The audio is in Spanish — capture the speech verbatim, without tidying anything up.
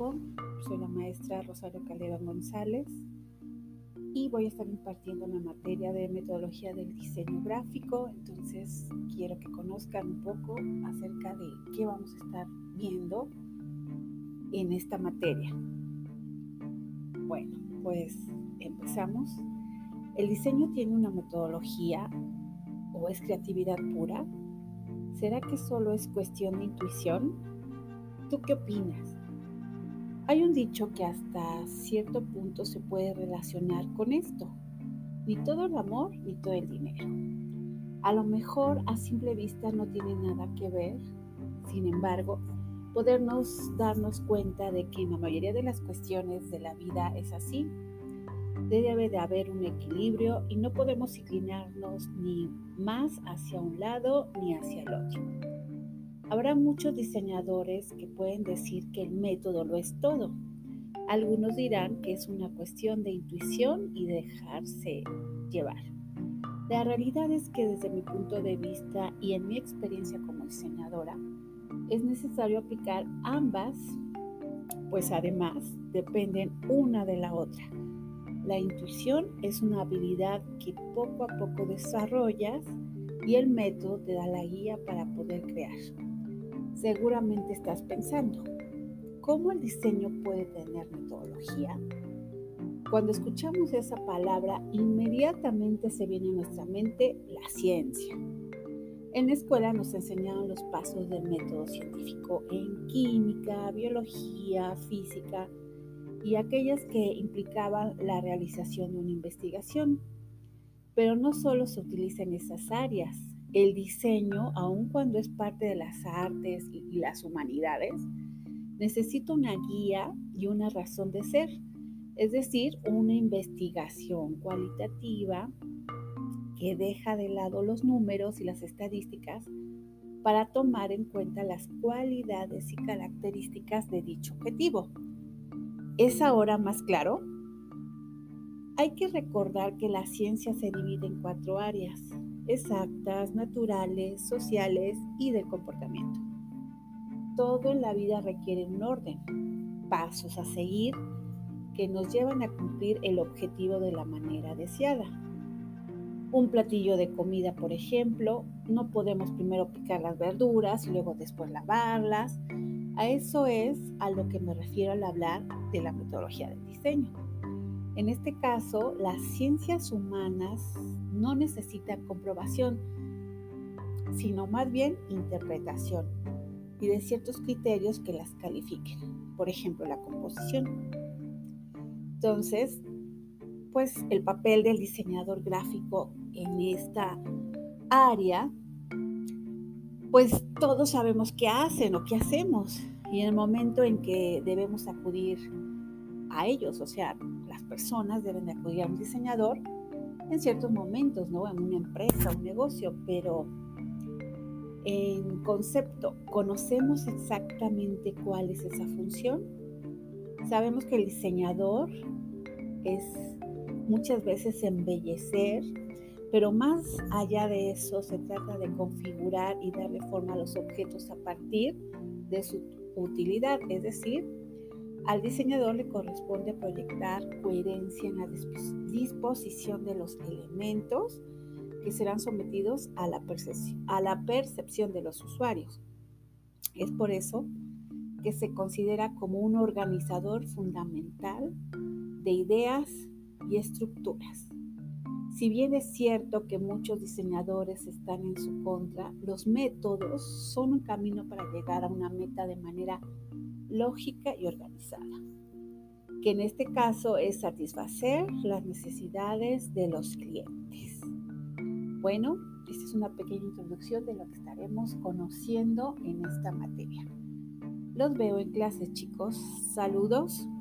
gráfico. Soy la maestra Rosario Calderón González y voy a estar impartiendo la materia de metodología del diseño gráfico. Entonces quiero que conozcan un poco acerca de qué vamos a estar viendo en esta materia. Bueno, pues empezamos. ¿El diseño tiene una metodología o es creatividad pura? ¿Será que solo es cuestión de intuición? ¿Tú qué opinas? Hay un dicho que hasta cierto punto se puede relacionar con esto. Ni todo el amor, ni todo el dinero. A lo mejor a simple vista no tiene nada que ver, sin embargo, podernos darnos cuenta de que en la mayoría de las cuestiones de la vida es así. Debe de haber un equilibrio y no podemos inclinarnos ni más hacia un lado ni hacia el otro. Habrá muchos diseñadores que pueden decir que el método lo es todo. Algunos dirán que es una cuestión de intuición y dejarse llevar. La realidad es que desde mi punto de vista y en mi experiencia como diseñadora, es necesario aplicar ambas, pues además dependen una de la otra. La intuición es una habilidad que poco a poco desarrollas y el método te da la guía para poder crear. Seguramente estás pensando, ¿cómo el diseño puede tener metodología? Cuando escuchamos esa palabra, inmediatamente se viene a nuestra mente la ciencia. En la escuela nos enseñaron los pasos del método científico en química, biología, física y aquellas que implicaban la realización de una investigación. Pero no solo se utiliza en esas áreas. El diseño, aun cuando es parte de las artes y las humanidades, necesita una guía y una razón de ser, es decir, una investigación cualitativa que deja de lado los números y las estadísticas para tomar en cuenta las cualidades y características de dicho objetivo. ¿Es ahora más claro? Hay que recordar que la ciencia se divide en cuatro áreas: exactas, naturales, sociales y del comportamiento. Todo en la vida requiere un orden, pasos a seguir que nos llevan a cumplir el objetivo de la manera deseada. Un platillo de comida, por ejemplo, no podemos primero picar las verduras y luego después lavarlas. A eso es a lo que me refiero al hablar de la metodología del diseño. En este caso, las ciencias humanas no necesitan comprobación, sino más bien interpretación y de ciertos criterios que las califiquen, por ejemplo, la composición. Entonces, pues el papel del diseñador gráfico en esta área, pues todos sabemos qué hacen o qué hacemos y en el momento en que debemos acudir a ellos, o sea, las personas deben de acudir a un diseñador en ciertos momentos, ¿no? En una empresa, un negocio, pero en concepto, ¿conocemos exactamente cuál es esa función? Sabemos que el diseñador es muchas veces embellecer, pero más allá de eso se trata de configurar y darle forma a los objetos a partir de su utilidad, es decir, al diseñador le corresponde proyectar coherencia en la disposición de los elementos que serán sometidos a la, percepción, a la percepción de los usuarios. Es por eso que se considera como un organizador fundamental de ideas y estructuras. Si bien es cierto que muchos diseñadores están en su contra, los métodos son un camino para llegar a una meta de manera lógica y organizada, que en este caso es satisfacer las necesidades de los clientes. Bueno, esta es una pequeña introducción de lo que estaremos conociendo en esta materia. Los veo en clase, chicos. Saludos.